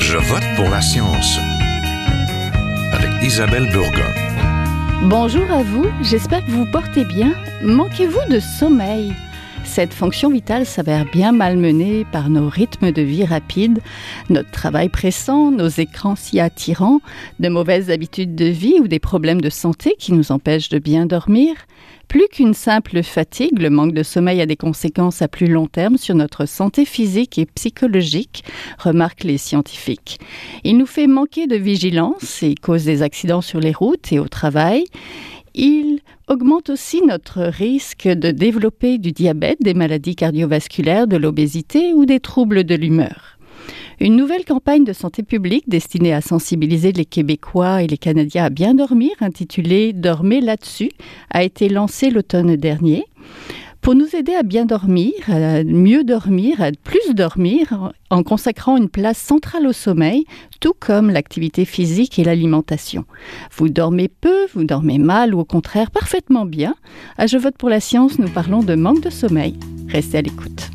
Je vote pour la science avec Isabelle Burgon. Bonjour à vous, j'espère que vous vous portez bien. Manquez-vous de sommeil ? Cette fonction vitale s'avère bien malmenée par nos rythmes de vie rapides, notre travail pressant, nos écrans si attirants, de mauvaises habitudes de vie ou des problèmes de santé qui nous empêchent de bien dormir. Plus qu'une simple fatigue, le manque de sommeil a des conséquences à plus long terme sur notre santé physique et psychologique, remarquent les scientifiques. Il nous fait manquer de vigilance et cause des accidents sur les routes et au travail. Il augmente aussi notre risque de développer du diabète, des maladies cardiovasculaires, de l'obésité ou des troubles de l'humeur. Une nouvelle campagne de santé publique destinée à sensibiliser les Québécois et les Canadiens à bien dormir, intitulée « Dormez là-dessus », a été lancée l'automne dernier. Pour nous aider à bien dormir, à mieux dormir, à plus dormir, en consacrant une place centrale au sommeil, tout comme l'activité physique et l'alimentation. Vous dormez peu, vous dormez mal ou au contraire parfaitement bien. À Je vote pour la science, nous parlons de manque de sommeil. Restez à l'écoute.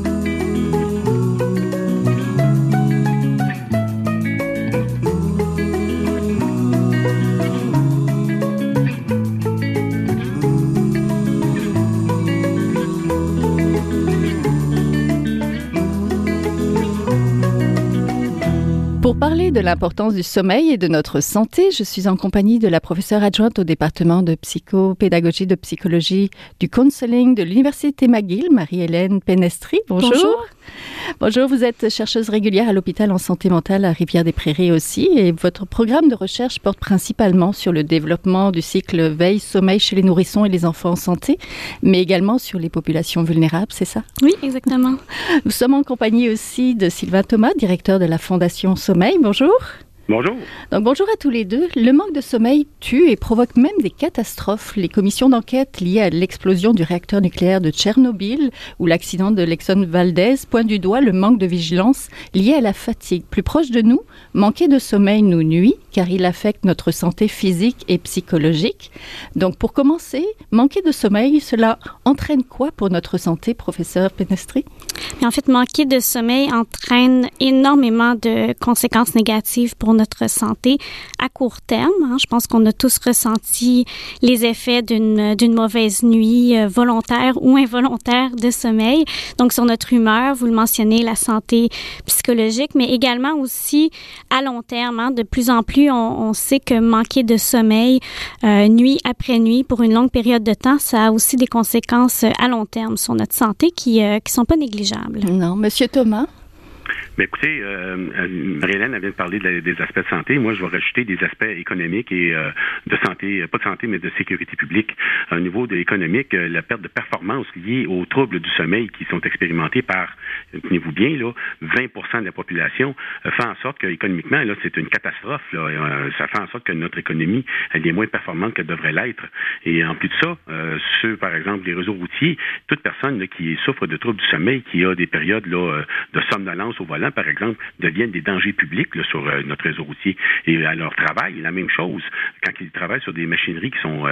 Pour parler de l'importance du sommeil et de notre santé, je suis en compagnie de la professeure adjointe au département de psychopédagogie, de psychologie, du counseling de l'Université McGill, Marie-Hélène Penestri. Bonjour. Bonjour, vous êtes chercheuse régulière à l'hôpital en santé mentale à Rivière-des-Prairies aussi et votre programme de recherche porte principalement sur le développement du cycle veille-sommeil chez les nourrissons et les enfants en santé, mais également sur les populations vulnérables, c'est ça? Oui, exactement. Nous sommes en compagnie aussi de Sylvain Thomas, directeur de la Fondation Sommeil. Bonjour. Bonjour. Donc bonjour à tous les deux. Le manque de sommeil tue et provoque même des catastrophes. Les commissions d'enquête liées à l'explosion du réacteur nucléaire de Tchernobyl ou l'accident de l'Exxon Valdez pointent du doigt le manque de vigilance lié à la fatigue. Plus proche de nous, manquer de sommeil nous nuit car il affecte notre santé physique et psychologique. Donc pour commencer, manquer de sommeil, cela entraîne quoi pour notre santé, professeur Penestri? En fait, manquer de sommeil entraîne énormément de conséquences négatives pour notre santé à court terme. Je pense qu'on a tous ressenti les effets d'une mauvaise nuit volontaire ou involontaire de sommeil. Donc, sur notre humeur, vous le mentionnez, la santé psychologique, mais également aussi à long terme. De plus en plus, on sait que manquer de sommeil nuit après nuit pour une longue période de temps, ça a aussi des conséquences à long terme sur notre santé qui sont pas négligeables. Non, Monsieur Thomas? Mais écoutez, Marie-Hélène vient de parler des aspects de santé. Moi, je vais rajouter des aspects économiques et de santé, pas de santé, mais de sécurité publique. Au niveau de l'économique, la perte de performance liée aux troubles du sommeil qui sont expérimentés par, tenez-vous bien, là, 20% de la population, fait en sorte qu'économiquement, là, c'est une catastrophe. Là. Ça fait en sorte que notre économie, elle est moins performante qu'elle devrait l'être. Et en plus de ça, sur, par exemple, les réseaux routiers, toute personne là, qui souffre de troubles du sommeil, qui a des périodes là, de somnolence au volant, par exemple, deviennent des dangers publics là, sur notre réseau routier. Et à leur travail, la même chose. Quand ils travaillent sur des machineries qui sont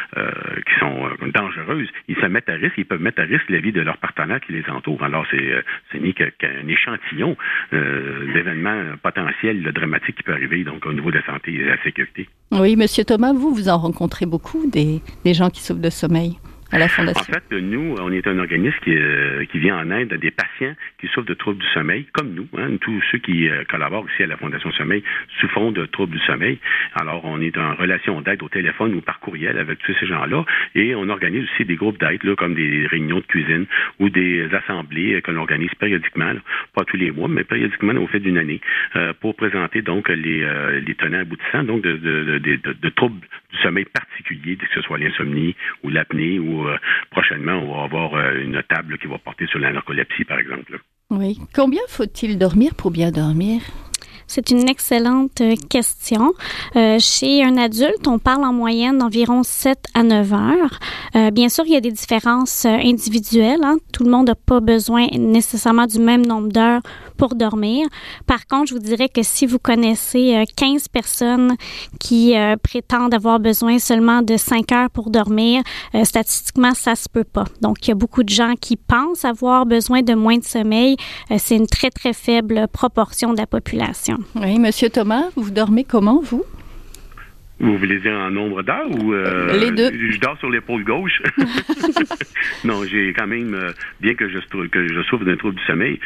dangereuses, ils se mettent à risque, ils peuvent mettre à risque la vie de leurs partenaires qui les entourent. Alors, c'est ni qu'un échantillon d'événements potentiels dramatiques qui peut arriver donc au niveau de la santé et de la sécurité. Oui, Monsieur Thomas, vous en rencontrez beaucoup des gens qui souffrent de sommeil à la Fondation. En fait, nous, on est un organisme qui vient en aide à des patients qui souffrent de troubles du sommeil, comme nous. Tous ceux qui collaborent ici à la Fondation Sommeil souffrent de troubles du sommeil. Alors, on est en relation d'aide au téléphone ou par courriel avec tous ces gens-là. Et on organise aussi des groupes d'aide, là, comme des réunions de cuisine ou des assemblées que l'on organise périodiquement, là, pas tous les mois, mais périodiquement au fait d'une année, pour présenter donc les tenants aboutissants donc de troubles du sommeil particuliers, que ce soit l'insomnie ou l'apnée ou prochainement, on va avoir une table qui va porter sur la narcolepsie, par exemple. Oui. Combien faut-il dormir pour bien dormir? C'est une excellente question. Chez un adulte, on parle en moyenne d'environ 7 à 9 heures. Bien sûr, il y a des différences individuelles. Tout le monde n'a pas besoin nécessairement du même nombre d'heures pour dormir. Par contre, je vous dirais que si vous connaissez 15 personnes qui prétendent avoir besoin seulement de 5 heures pour dormir, statistiquement, ça se peut pas. Donc, il y a beaucoup de gens qui pensent avoir besoin de moins de sommeil. C'est une très, très faible proportion de la population. Oui, Monsieur Thomas, vous dormez comment, vous? Vous voulez dire en nombre d'heures ou les deux? Je dors sur l'épaule gauche. Non, j'ai quand même, bien que je souffre d'un trouble du sommeil,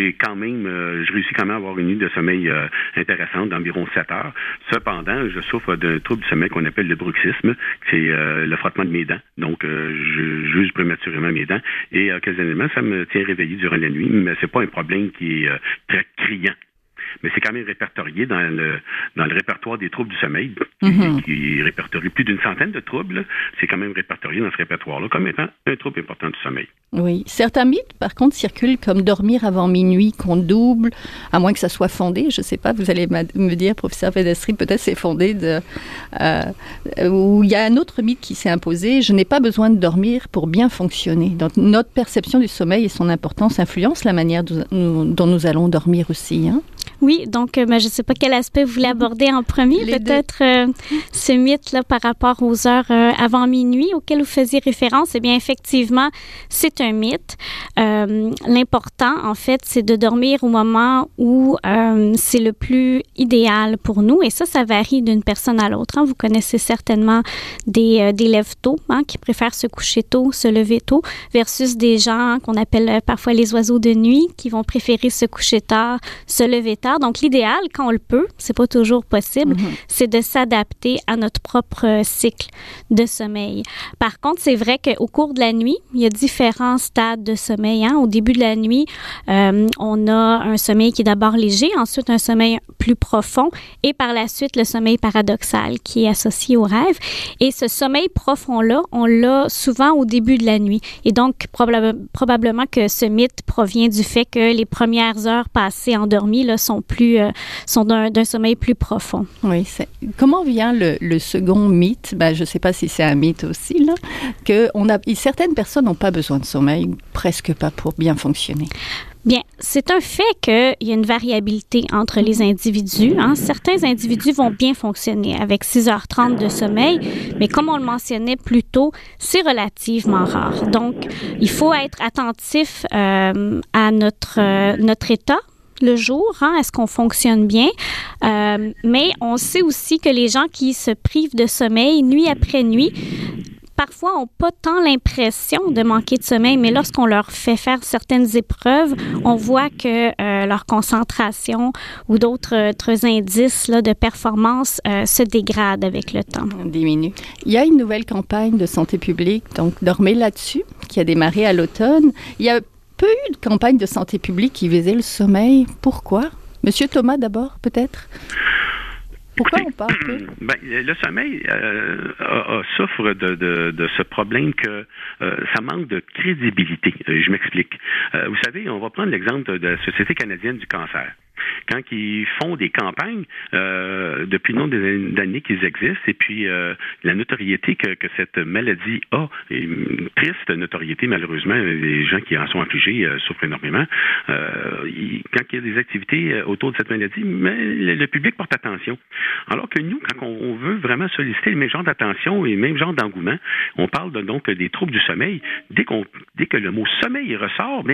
je réussis quand même à avoir une nuit de sommeil intéressante d'environ 7 heures. Cependant, je souffre d'un trouble du sommeil qu'on appelle le bruxisme, c'est le frottement de mes dents. Donc, je juge prématurément mes dents et occasionnellement, ça me tient réveillé durant la nuit, mais c'est pas un problème qui est très criant. Mais c'est quand même répertorié dans le répertoire des troubles du sommeil, qui répertorie plus d'une centaine de troubles. C'est quand même répertorié dans ce répertoire-là comme étant un trouble important du sommeil. Oui. Certains mythes, par contre, circulent comme dormir avant minuit, qu'on double, à moins que ça soit fondé. Je ne sais pas, vous allez me dire, professeur Pedestri, peut-être c'est fondé où il y a un autre mythe qui s'est imposé. Je n'ai pas besoin de dormir pour bien fonctionner. Donc, notre perception du sommeil et son importance influencent la manière dont nous allons dormir aussi, hein? Oui, donc je ne sais pas quel aspect vous voulez aborder en premier. Peut-être ce mythe-là par rapport aux heures avant minuit auquel vous faisiez référence. Eh bien, effectivement, c'est un mythe. L'important, en fait, c'est de dormir au moment où c'est le plus idéal pour nous. Et ça varie d'une personne à l'autre, hein. Vous connaissez certainement des lève-tôt, hein, qui préfèrent se coucher tôt, se lever tôt, versus des gens qu'on appelle parfois les oiseaux de nuit, qui vont préférer se coucher tard, se lever tard. Donc, l'idéal, quand on le peut, c'est pas toujours possible, c'est de s'adapter à notre propre cycle de sommeil. Par contre, c'est vrai qu'au cours de la nuit, il y a différents stades de sommeil, hein. Au début de la nuit, on a un sommeil qui est d'abord léger, ensuite un sommeil plus profond et par la suite, le sommeil paradoxal qui est associé au rêve. Et ce sommeil profond-là, on l'a souvent au début de la nuit. Et donc, probablement que ce mythe provient du fait que les premières heures passées endormies là, sont d'un sommeil plus profond. Oui. Comment vient le second mythe? Je ne sais pas si c'est un mythe aussi, là, que certaines personnes n'ont pas besoin de sommeil, presque pas, pour bien fonctionner. Bien, c'est un fait qu'il y a une variabilité entre les individus, hein. Certains individus vont bien fonctionner avec 6h30 de sommeil, mais comme on le mentionnait plus tôt, c'est relativement rare. Donc, il faut être attentif à notre état le jour, hein, est-ce qu'on fonctionne bien? Mais on sait aussi que les gens qui se privent de sommeil nuit après nuit, parfois n'ont pas tant l'impression de manquer de sommeil, mais lorsqu'on leur fait faire certaines épreuves, on voit que leur concentration ou d'autres indices là, de performance se dégradent avec le temps. Diminue. Il y a une nouvelle campagne de santé publique, donc Dormez là-dessus, qui a démarré à l'automne. Il y a peu eu de campagne de santé publique qui visait le sommeil. Pourquoi? Monsieur Thomas, d'abord, peut-être? Pourquoi on parle peu? Le sommeil souffre de ce problème que ça manque de crédibilité. Je m'explique. Vous savez, on va prendre l'exemple de la Société canadienne du cancer. Quand ils font des campagnes, depuis le nombre d'années qu'ils existent, et puis la notoriété que cette maladie a, une triste notoriété, malheureusement, les gens qui en sont affligés souffrent énormément. Quand il y a des activités autour de cette maladie, mais le public porte attention. Alors que nous, quand on veut vraiment solliciter le même genre d'attention et le même genre d'engouement, on parle donc des troubles du sommeil. Dès que le mot sommeil ressort,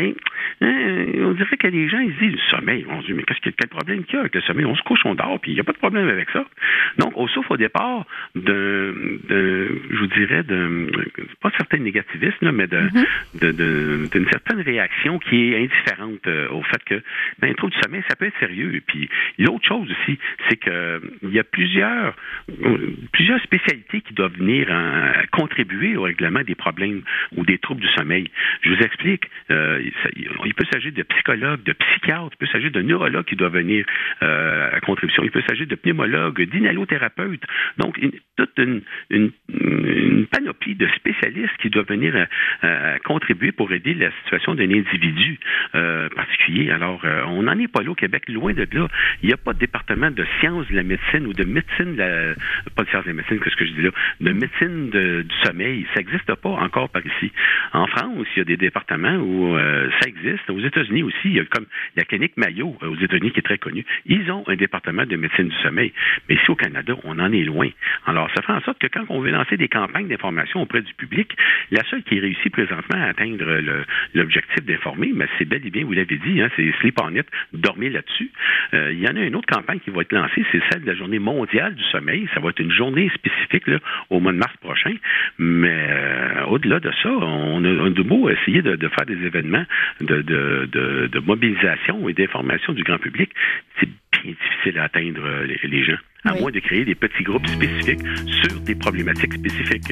on dirait que les gens ils se disent sommeil, mon Dieu, mais quel problème qu'il y a avec le sommeil? On se couche, on dort, puis il n'y a pas de problème avec ça. Donc, on souffre au départ je vous dirais, pas certain négativisme, mais d'une certaine réaction qui est indifférente au fait que un trouble du sommeil, ça peut être sérieux. Et puis, l'autre chose aussi, c'est que il y a plusieurs spécialités qui doivent venir contribuer au règlement des problèmes ou des troubles du sommeil. Je vous explique. Il peut s'agir de psychologues, de psychiatres, il peut s'agir de neurologues qui doivent venir à contribution. Il peut s'agir de pneumologues, d'inhalothérapeutes. Donc, toute une panoplie de spécialistes qui doivent venir contribuer pour aider la situation d'un individu particulier. Alors, on n'en est pas là au Québec, loin de là. Il n'y a pas de département de sciences de la médecine ou de médecine, pas de sciences de la médecine, qu'est-ce que je dis là, de médecine du sommeil. Ça n'existe pas encore par ici. En France, il y a des départements où ça existe. Aux États-Unis aussi, il y a comme la clinique Mayo aux États-Unis. Grenier, qui est très connu, ils ont un département de médecine du sommeil. Mais ici, au Canada, on en est loin. Alors, ça fait en sorte que quand on veut lancer des campagnes d'information auprès du public, la seule qui réussit présentement à atteindre l'objectif d'informer, mais c'est bel et bien, vous l'avez dit, hein, c'est Sleep On It, dormez là-dessus. Il y en a une autre campagne qui va être lancée, c'est celle de la Journée mondiale du sommeil. Ça va être une journée spécifique là, au mois de mars prochain. Mais au-delà de ça, on a de beau essayer de faire des événements de mobilisation et d'information du grand public. C'est bien difficile à atteindre les gens, à moins de créer des petits groupes spécifiques sur des problématiques spécifiques.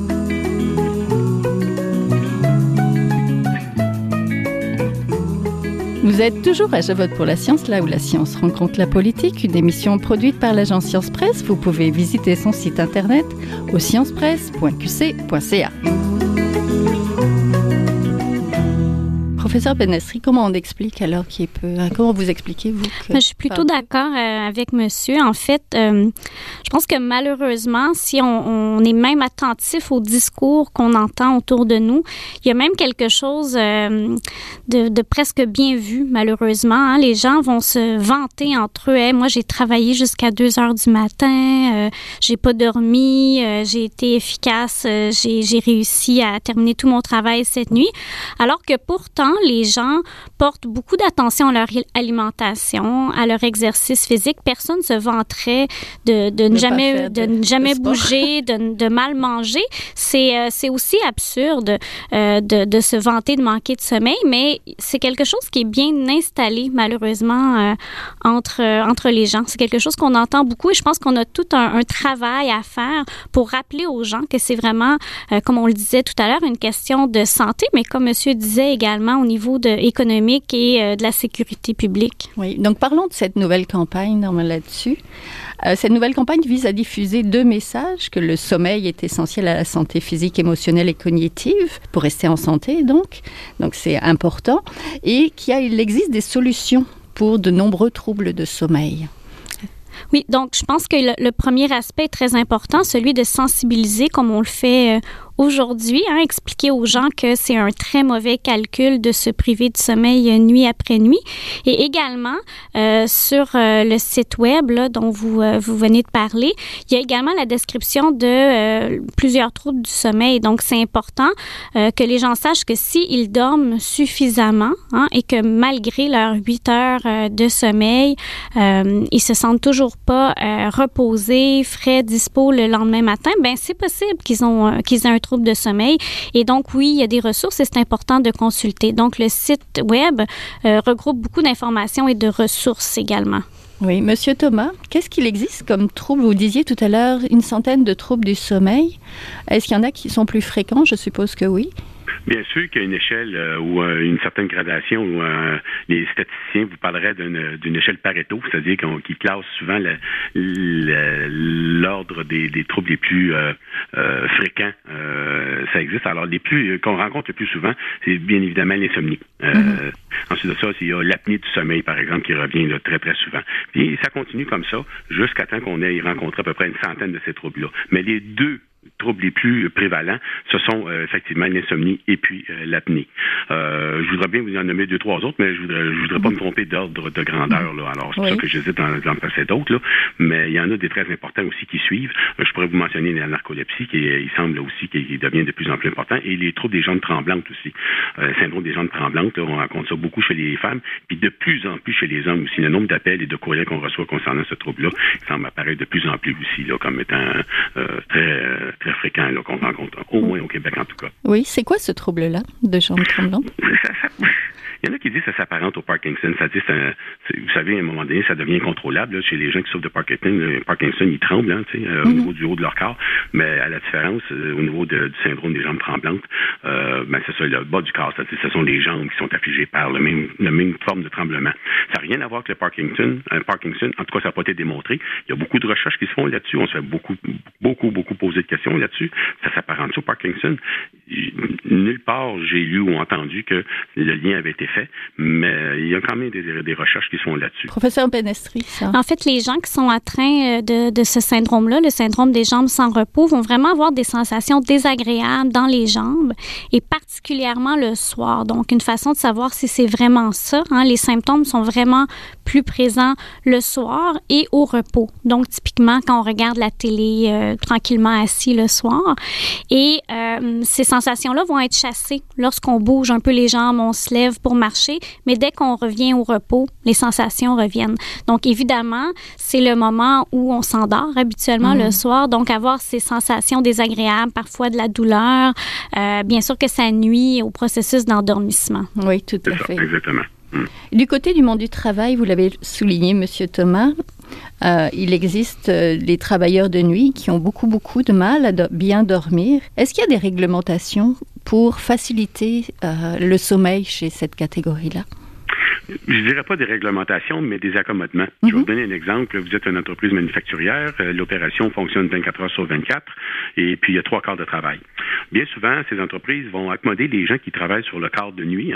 Vous êtes toujours à Je vote pour la science, là où la science rencontre la politique, une émission produite par l'agence Science Presse. Vous pouvez visiter son site internet au sciencepresse.qc.ca. Professeur Benestri, comment on explique alors comment vous expliquez, vous? Je suis plutôt d'accord avec monsieur. En fait, je pense que malheureusement, si on est même attentif au discours qu'on entend autour de nous, il y a même quelque chose de presque bien vu, malheureusement. Hein. Les gens vont se vanter entre eux. Hey, moi, j'ai travaillé jusqu'à 2 heures du matin, j'ai pas dormi, j'ai été efficace, j'ai réussi à terminer tout mon travail cette nuit. Alors que pourtant, les gens portent beaucoup d'attention à leur alimentation, à leur exercice physique. Personne ne se vanterait de ne jamais bouger, de mal manger. C'est aussi absurde de se vanter de manquer de sommeil, mais c'est quelque chose qui est bien installé, malheureusement, entre les gens. C'est quelque chose qu'on entend beaucoup et je pense qu'on a tout un travail à faire pour rappeler aux gens que c'est vraiment, comme on le disait tout à l'heure, une question de santé, mais comme monsieur disait également, au niveau économique et de la sécurité publique. Oui, donc parlons de cette nouvelle campagne là-dessus. Cette nouvelle campagne vise à diffuser 2 messages, que le sommeil est essentiel à la santé physique, émotionnelle et cognitive, pour rester en santé donc c'est important, et qu'il existe des solutions pour de nombreux troubles de sommeil. Oui, donc je pense que le premier aspect est très important, celui de sensibiliser comme on le fait aujourd'hui, expliquer aux gens que c'est un très mauvais calcul de se priver de sommeil nuit après nuit. Et également, sur le site web là, dont vous venez de parler, il y a également la description de plusieurs troubles du sommeil. Donc, c'est important que les gens sachent que s'ils dorment suffisamment et que malgré leurs 8 heures de sommeil, ils se sentent toujours pas reposés, frais, dispo le lendemain matin, ben c'est possible qu'ils aient un trouble de sommeil. Et donc, oui, il y a des ressources et c'est important de consulter. Donc, le site web regroupe beaucoup d'informations et de ressources également. Oui, Monsieur Thomas, qu'est-ce qu'il existe comme troubles? Vous disiez tout à l'heure 100 de troubles du sommeil. Est-ce qu'il y en a qui sont plus fréquents? Je suppose que oui. Bien sûr qu'il y a une échelle ou une certaine gradation où les statisticiens vous parleraient d'une échelle Pareto, c'est-à-dire qu'ils classent souvent l'ordre des troubles les plus fréquents. Ça existe. Alors, les plus qu'on rencontre le plus souvent, c'est bien évidemment l'insomnie. Ensuite de ça, il y a l'apnée du sommeil, par exemple, qui revient là, très, très souvent. Puis ça continue comme ça jusqu'à temps qu'on ait rencontré à peu près 100 de ces troubles-là. Mais les 2 troubles les plus prévalents, ce sont effectivement l'insomnie et puis l'apnée. Je voudrais bien vous en nommer 2-3 autres, mais je voudrais pas me tromper d'ordre de grandeur. Là. Alors, c'est pour ça que j'hésite d'en passer d'autres. Là. Mais il y en a des très importants aussi qui suivent. Je pourrais vous mentionner la narcolepsie, il semble aussi qu'il devient de plus en plus important, et les troubles des jambes tremblantes aussi. Syndrome des jambes tremblantes, là, on rencontre ça beaucoup chez les femmes, puis de plus en plus chez les hommes aussi. Le nombre d'appels et de courriels qu'on reçoit concernant ce trouble-là, il semble apparaître de plus en plus aussi là, comme étant très fréquent là, qu'on rencontre, au moins au Québec en tout cas. Oui, c'est quoi ce trouble-là de jambes tremblantes? Il y en a qui disent que ça s'apparente au Parkinson. Ça dit, vous savez, à un moment donné, ça devient incontrôlable là, chez les gens qui souffrent de Parkinson. Le Parkinson, ils tremblent au niveau du haut de leur corps. Mais à la différence, au niveau du syndrome des jambes tremblantes, c'est ça, le bas du corps. Ce sont les jambes qui sont affligées par la même forme de tremblement. Ça n'a rien à voir avec le Parkinson. Parkinson, en tout cas, ça n'a pas été démontré. Il y a beaucoup de recherches qui se font là-dessus. On se fait beaucoup poser de questions là-dessus. Ça s'apparente au Parkinson. Nulle part, j'ai lu ou entendu que le lien avait été effet, mais il y a quand même des recherches qui sont là-dessus. Professeur Benestri, ça. En fait, les gens qui sont atteints de ce syndrome-là, le syndrome des jambes sans repos, vont vraiment avoir des sensations désagréables dans les jambes et particulièrement le soir. Donc, une façon de savoir si c'est vraiment ça, les symptômes sont vraiment plus présents le soir et au repos. Donc, typiquement, quand on regarde la télé tranquillement assis le soir. Et ces sensations-là vont être chassées lorsqu'on bouge un peu les jambes, on se lève pour marcher, mais dès qu'on revient au repos, les sensations reviennent. Donc, évidemment, c'est le moment où on s'endort habituellement le soir. Donc, avoir ces sensations désagréables, parfois de la douleur, bien sûr que ça nuit au processus d'endormissement. Oui, tout à fait. Exactement. Du côté du monde du travail, vous l'avez souligné, Monsieur Thomas, il existe les travailleurs de nuit qui ont beaucoup de mal à bien dormir. Est-ce qu'il y a des réglementations pour faciliter le sommeil chez cette catégorie-là? Je ne dirais pas des réglementations, mais des accommodements. Je vais vous donner un exemple. Vous êtes une entreprise manufacturière, l'opération fonctionne 24 heures sur 24, et puis il y a 3 quarts de travail. Bien souvent, ces entreprises vont accommoder les gens qui travaillent sur le quart de nuit,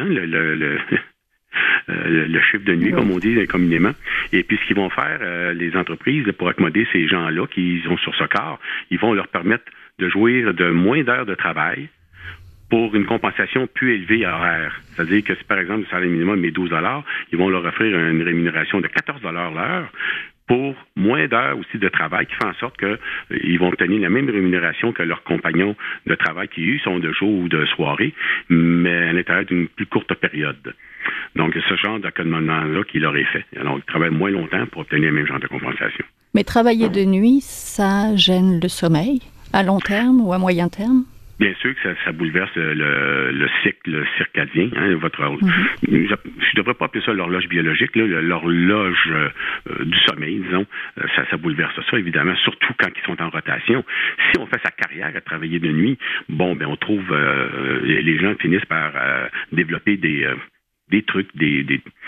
le chiffre de nuit, comme on dit communément. Et puis, ce qu'ils vont faire, les entreprises, pour accommoder ces gens-là qui sont sur ce quart, ils vont leur permettre de jouir de moins d'heures de travail pour une compensation plus élevée horaire. C'est-à-dire que si, par exemple, le salaire minimum est 12 $, ils vont leur offrir une rémunération de 14 $ l'heure pour moins d'heures aussi de travail, qui fait en sorte qu'ils vont obtenir la même rémunération que leurs compagnons de travail qui, eux, sont de jour ou de soirée, mais à l'intérieur d'une plus courte période. Donc, ce genre d'accommodement-là qu'il aurait fait. Alors, ils travaillent moins longtemps pour obtenir le même genre de compensation. Mais travailler de nuit, ça gêne le sommeil à long terme ou à moyen terme? Bien sûr que ça bouleverse le cycle circadien. Je ne devrais pas appeler ça l'horloge biologique, l'horloge du sommeil, disons. Ça bouleverse ça, évidemment, surtout quand ils sont en rotation. Si on fait sa carrière à travailler de nuit, on trouve les gens finissent par développer des trucs, des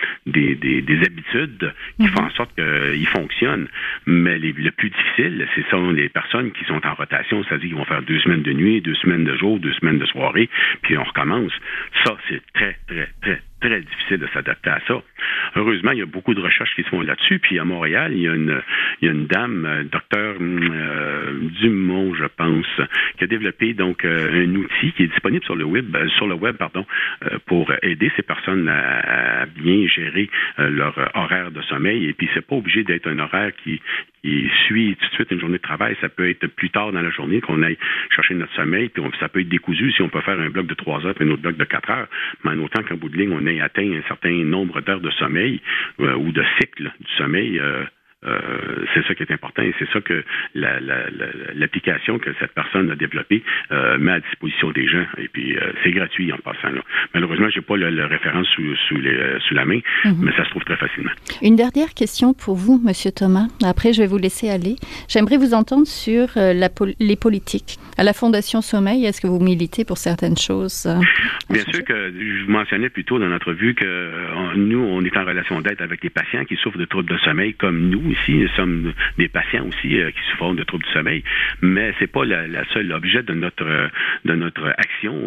habitudes qui font en sorte qu'ils fonctionnent. Mais le plus difficile, c'est ça, les personnes qui sont en rotation, c'est-à-dire qu'ils vont faire 2 semaines de nuit, 2 semaines de jour, 2 semaines de soirée, puis on recommence. Ça, c'est très, très, très, très difficile de s'adapter à ça. Heureusement, il y a beaucoup de recherches qui se font là-dessus. Puis à Montréal, il y a une dame, docteur Dumont, je pense, qui a développé donc un outil qui est disponible sur le web, pour aider ces personnes à bien gérer leur horaire de sommeil. Et puis c'est pas obligé d'être un horaire qui suit tout de suite une journée de travail. Ça peut être plus tard dans la journée qu'on aille chercher notre sommeil, puis ça peut être décousu si on peut faire un bloc de 3 heures puis un autre bloc de 4 heures, mais en autant qu'en bout de ligne, on ait atteint un certain nombre d'heures de sommeil ou de cycle du sommeil. C'est ça qui est important et c'est ça que l'application que cette personne a développée met à disposition des gens. Et puis, c'est gratuit en passant. Là. Malheureusement, je n'ai pas le référence sous la main, mais ça se trouve très facilement. Une dernière question pour vous, M. Thomas. Après, je vais vous laisser aller. J'aimerais vous entendre sur les politiques. À la Fondation Sommeil, est-ce que vous militez pour certaines choses? Bien sûr que je mentionnais plus tôt dans notre vue que nous, on est en relation d'aide avec les patients qui souffrent de troubles de sommeil comme nous. Ici, nous sommes des patients aussi qui souffrent de troubles du sommeil, mais c'est pas la seule objet de notre action.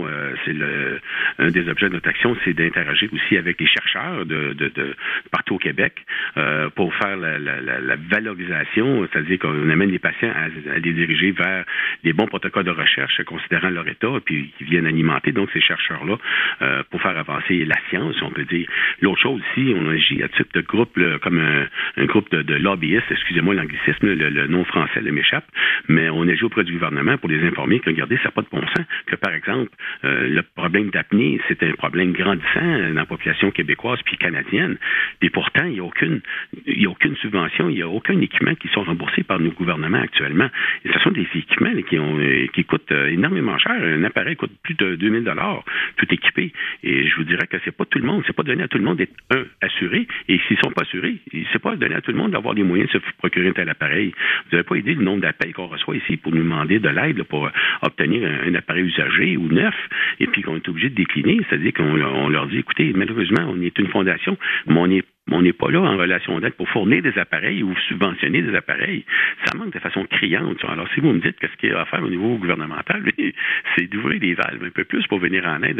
Un des objets de notre action, c'est d'interagir aussi avec les chercheurs de partout au Québec pour faire la valorisation, c'est-à-dire qu'on amène les patients à les diriger vers les bons protocoles de recherche considérant leur état, puis qui viennent alimenter donc ces chercheurs-là pour faire avancer la science, on peut dire. L'autre chose aussi, on agit à titre de groupe comme un groupe de lobbyistes, excusez-moi l'anglicisme, le nom français m'échappe, mais on agit auprès du gouvernement pour les informer que, regardez, ça n'a pas de bon sens, que par exemple, le problème d'apnée, c'est un problème grandissant dans la population québécoise puis canadienne, et pourtant, il n'y a aucune subvention, il n'y a aucun équipement qui sont remboursés par nos gouvernements actuellement. Et ce sont des équipements qui coûtent énormément cher. Un appareil coûte plus de 2000 $, tout équipé. Et je vous dirais que c'est pas tout le monde, c'est pas donné à tout le monde d'être assuré. Et s'ils sont pas assurés, c'est pas donné à tout le monde d'avoir les moyens de se procurer un tel appareil. Vous n'avez pas idée du nombre d'appels qu'on reçoit ici pour nous demander de l'aide pour obtenir un appareil usagé ou neuf, et puis qu'on est obligé de décliner. C'est-à-dire qu'on leur dit, écoutez, malheureusement, on est une fondation, mais on n'est on n'est pas là en relation d'aide pour fournir des appareils ou subventionner des appareils. Ça manque de façon criante. Alors, si vous me dites qu'est-ce qu'il y a à faire au niveau gouvernemental, c'est d'ouvrir des valves un peu plus pour venir en aide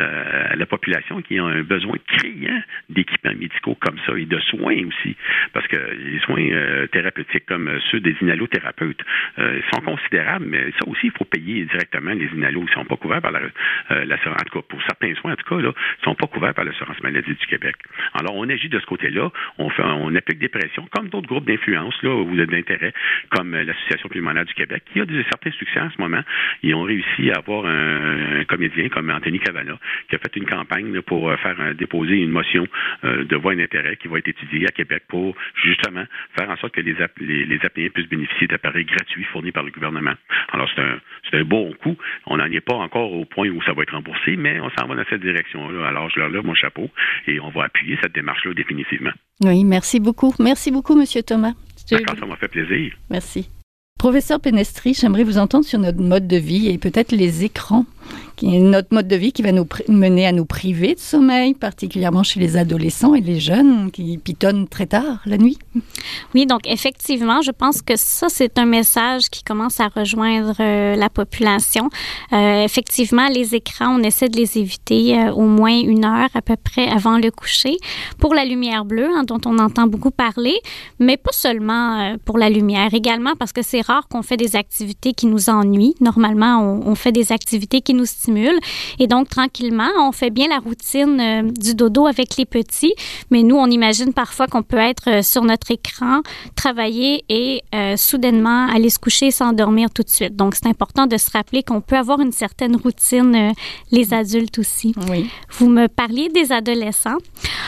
à la population qui a un besoin criant d'équipements médicaux comme ça et de soins aussi. Parce que les soins thérapeutiques comme ceux des inhalothérapeutes sont considérables, mais ça aussi, il faut payer directement les inhalos. Ils ne sont pas couverts par l'assurance. En tout cas, pour certains soins, en tout cas, là, ils ne sont pas couverts par l'assurance maladie du Québec. Alors, on agit de ce côté-là. On applique des pressions, comme d'autres groupes d'influence là, ou d'intérêt, comme l'Association pulmonaire du Québec, qui a certains succès en ce moment. Ils ont réussi à avoir un comédien comme Anthony Cavana, qui a fait une campagne là, pour déposer une motion de voie d'intérêt qui va être étudiée à Québec pour, justement, faire en sorte que les apnéiens puissent bénéficier d'appareils gratuits fournis par le gouvernement. Alors, c'est un bon coup. On n'en est pas encore au point où ça va être remboursé, mais on s'en va dans cette direction-là. Alors, je leur lève mon chapeau et on va appuyer cette démarche-là définitivement. Oui, merci beaucoup. Merci beaucoup, M. Thomas. D'accord, ça m'a fait plaisir. Merci. Professeur Penestri, j'aimerais vous entendre sur notre mode de vie et peut-être les écrans. Notre mode de vie qui va nous mener à nous priver de sommeil, particulièrement chez les adolescents et les jeunes qui pitonnent très tard la nuit. Oui, donc effectivement, je pense que ça, c'est un message qui commence à rejoindre la population. Effectivement, les écrans, on essaie de les éviter au moins 1 heure à peu près avant le coucher pour la lumière bleue, dont on entend beaucoup parler, mais pas seulement pour la lumière, également parce que c'est rare qu'on fait des activités qui nous ennuient. Normalement, on fait des activités qui nous stimulent. Et donc, tranquillement, on fait bien la routine du dodo avec les petits, mais nous, on imagine parfois qu'on peut être sur notre écran, travailler et soudainement aller se coucher et s'endormir tout de suite. Donc, c'est important de se rappeler qu'on peut avoir une certaine routine, les adultes aussi. Oui. Vous me parliez des adolescents.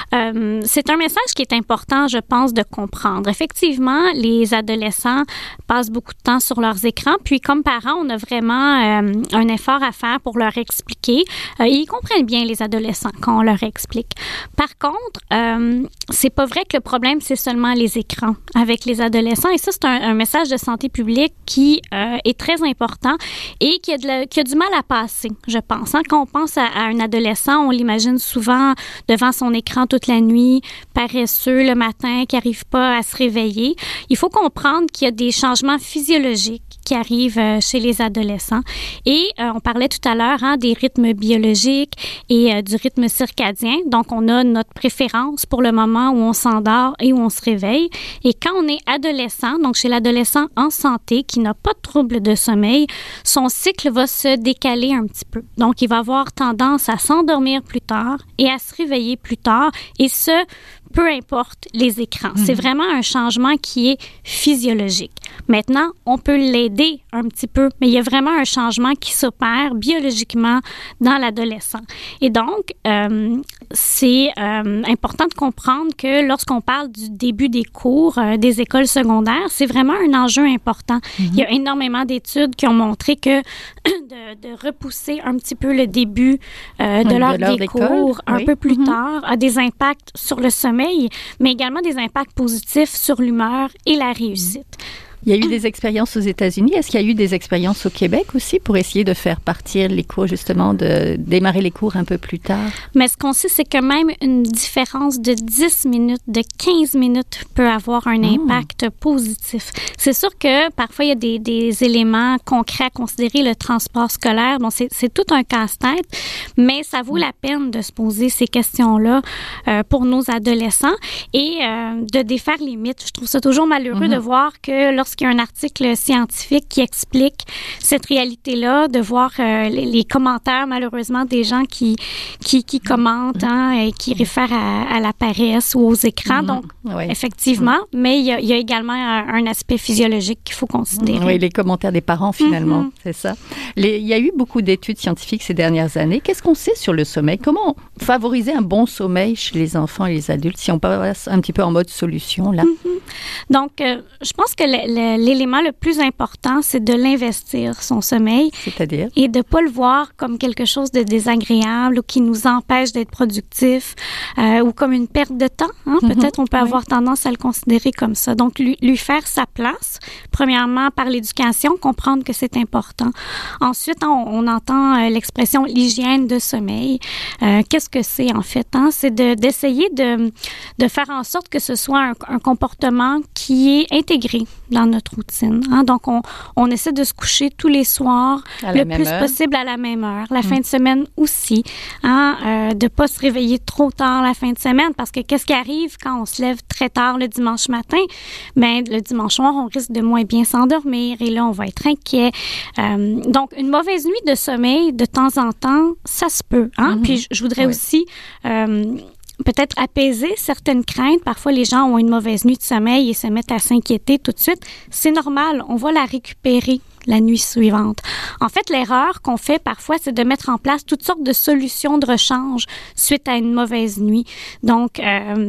C'est un message qui est important, je pense, de comprendre. Effectivement, les adolescents passent beaucoup de temps sur leurs écrans, puis comme parents, on a vraiment un effort à faire pour leur expliquer. Ils comprennent bien les adolescents quand on leur explique. Par contre, c'est pas vrai que le problème, c'est seulement les écrans avec les adolescents. Et ça, c'est un message de santé publique qui est très important et qui a du mal à passer, je pense. Quand on pense à un adolescent, on l'imagine souvent devant son écran toute la nuit, paresseux le matin, qui n'arrive pas à se réveiller. Il faut comprendre qu'il y a des changements physiologiques qui arrivent chez les adolescents. Et on parlait tout à l'heure des rythmes biologiques et du rythme circadien. Donc, on a notre préférence pour le moment où on s'endort et où on se réveille. Et quand on est adolescent, donc chez l'adolescent en santé qui n'a pas de trouble de sommeil, son cycle va se décaler un petit peu. Donc, il va avoir tendance à s'endormir plus tard et à se réveiller plus tard. Et ce, peu importe les écrans. C'est vraiment un changement qui est physiologique. Maintenant, on peut l'aider un petit peu, mais il y a vraiment un changement qui s'opère biologiquement dans l'adolescent. Et donc, c'est important de comprendre que lorsqu'on parle du début des cours des écoles secondaires, c'est vraiment un enjeu important. Il y a énormément d'études qui ont montré que de repousser un petit peu le début de l'heure des cours un peu plus tard a des impacts sur le sommeil, mais également des impacts positifs sur l'humeur et la réussite. Il y a eu des expériences aux États-Unis. Est-ce qu'il y a eu des expériences au Québec aussi pour essayer de faire partir les cours, justement, de démarrer les cours un peu plus tard? Mais ce qu'on sait, c'est que même une différence de 10 minutes, de 15 minutes peut avoir un impact positif. C'est sûr que parfois, il y a des éléments concrets à considérer, le transport scolaire. Bon, c'est tout un casse-tête, mais ça vaut la peine de se poser ces questions-là pour nos adolescents et de défaire les mythes. Je trouve ça toujours malheureux de voir que lorsqu'il y a un article scientifique qui explique cette réalité-là, de voir les commentaires, malheureusement, des gens qui commentent et qui réfèrent à la paresse ou aux écrans. Donc, effectivement, mais il y a également un aspect physiologique qu'il faut considérer. Oui, les commentaires des parents, finalement, c'est ça. Il y a eu beaucoup d'études scientifiques ces dernières années. Qu'est-ce qu'on sait sur le sommeil? Comment favoriser un bon sommeil chez les enfants et les adultes, si on passe un petit peu en mode solution, là? Donc, je pense que l'élément le plus important, c'est de l'investir, son sommeil. C'est-à-dire? Et de ne pas le voir comme quelque chose de désagréable ou qui nous empêche d'être productif ou comme une perte de temps. Hein? Peut-être on peut avoir tendance à le considérer comme ça. Donc, lui faire sa place, premièrement par l'éducation, comprendre que c'est important. Ensuite, on entend l'expression l'hygiène de sommeil. Qu'est-ce que c'est en fait? Hein? C'est d'essayer de faire en sorte que ce soit un comportement qui est intégré dans notre routine. Hein? Donc, on essaie de se coucher tous les soirs le plus possible à la même heure. La fin de semaine aussi. Hein? De ne pas se réveiller trop tard la fin de semaine parce que qu'est-ce qui arrive quand on se lève très tard le dimanche matin? Bien, le dimanche soir, on risque de moins bien s'endormir et là, on va être inquiet. Donc, une mauvaise nuit de sommeil, de temps en temps, ça se peut. Hein? Puis, je voudrais aussi peut-être apaiser certaines craintes. Parfois, les gens ont une mauvaise nuit de sommeil et se mettent à s'inquiéter tout de suite. C'est normal, on va la récupérer la nuit suivante. En fait, l'erreur qu'on fait parfois, c'est de mettre en place toutes sortes de solutions de rechange suite à une mauvaise nuit. Donc,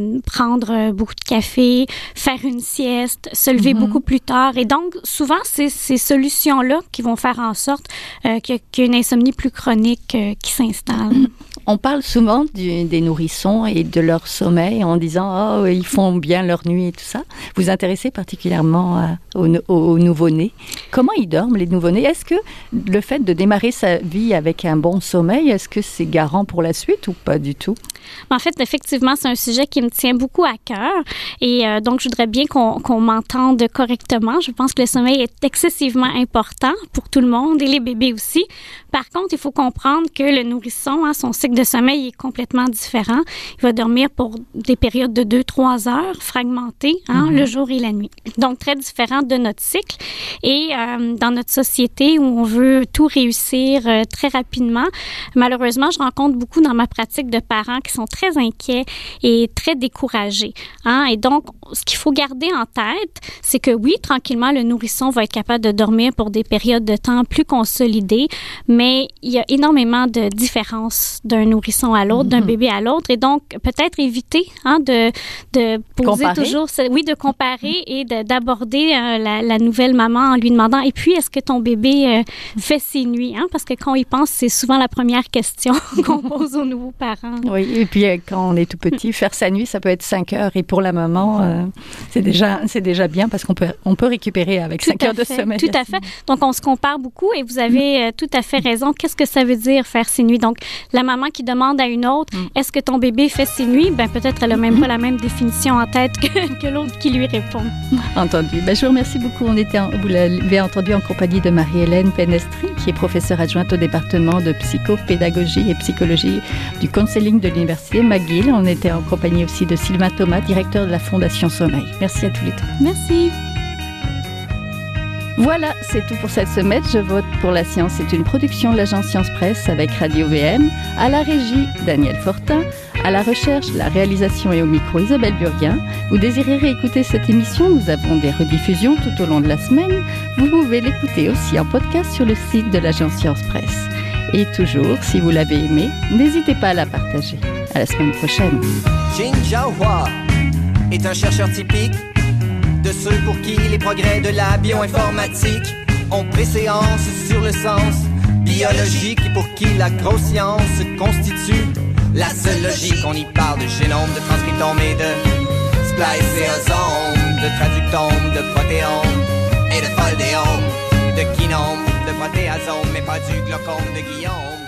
prendre beaucoup de café, faire une sieste, se lever beaucoup plus tard. Et donc, souvent, c'est ces solutions-là qui vont faire en sorte qu'il y a une insomnie plus chronique qui s'installe. On parle souvent des nourrissons et de leur sommeil en disant « Oh, ils font bien leur nuit et tout ça ». Vous vous intéressez particulièrement aux nouveau-nés. Comment ils dorment, les nouveau-nés? Est-ce que le fait de démarrer sa vie avec un bon sommeil, est-ce que c'est garant pour la suite ou pas du tout? En fait, effectivement, c'est un sujet qui me tient beaucoup à cœur et donc je voudrais bien qu'on m'entende correctement. Je pense que le sommeil est excessivement important pour tout le monde et les bébés aussi. Par contre, il faut comprendre que le nourrisson, son cycle de sommeil est complètement différent. Il va dormir pour des périodes de 2-3 heures, fragmentées, le jour et la nuit. Donc, très différent de notre cycle. Et dans notre société où on veut tout réussir très rapidement, malheureusement, je rencontre beaucoup dans ma pratique de parents qui sont très inquiets et très découragés. Hein? Et donc, ce qu'il faut garder en tête, c'est que oui, tranquillement, le nourrisson va être capable de dormir pour des périodes de temps plus consolidées, mais il y a énormément de différences d'un nourrisson à l'autre, d'un bébé à l'autre. Et donc, peut-être éviter de poser toujours... de comparer et d'aborder la nouvelle maman en lui demandant « Et puis, est-ce que ton bébé fait ses nuits? » Parce que quand on y pense, c'est souvent la première question qu'on pose aux nouveaux parents. Oui, et puis quand on est tout petit, faire sa nuit, ça peut être 5 heures. Et pour la maman, c'est déjà bien parce qu'on peut récupérer avec 5 heures de sommeil. Tout à fait. Donc, on se compare beaucoup et vous avez tout à fait raison. Qu'est-ce que ça veut dire faire ses nuits? Donc, la maman qui demande à une autre, est-ce que ton bébé fait ses nuits? Ben, peut-être elle n'a même pas la même définition en tête que l'autre qui lui répond. Entendu. Ben, je vous remercie beaucoup. Vous l'avez entendu en compagnie de Marie-Hélène Penestri, qui est professeure adjointe au département de psychopédagogie et psychologie du counseling de l'Université McGill. On était en compagnie aussi de Sylvain Thomas, directeur de la Fondation Sommeil. Merci à tous les deux. Merci. Voilà, c'est tout pour cette semaine. Je vote pour la science. C'est une production de l'agence Science Presse avec Radio VM. À la régie, Daniel Fortin. À la recherche, la réalisation et au micro, Isabelle Burguin. Vous désirez réécouter cette émission? Nous avons des rediffusions tout au long de la semaine. Vous pouvez l'écouter aussi en podcast sur le site de l'agence Science Presse. Et toujours, si vous l'avez aimé, n'hésitez pas à la partager. À la semaine prochaine. Jing Jiahua est un chercheur typique de ceux pour qui les progrès de la bioinformatique ont préséance sur le sens biologique et pour qui la grosse science constitue la seule logique. On y parle de génome, de transcriptome et de spliceosome, de traductome, de protéome et de foldéome, de kinome, de protéasome, mais pas du glaucome de Guillaume.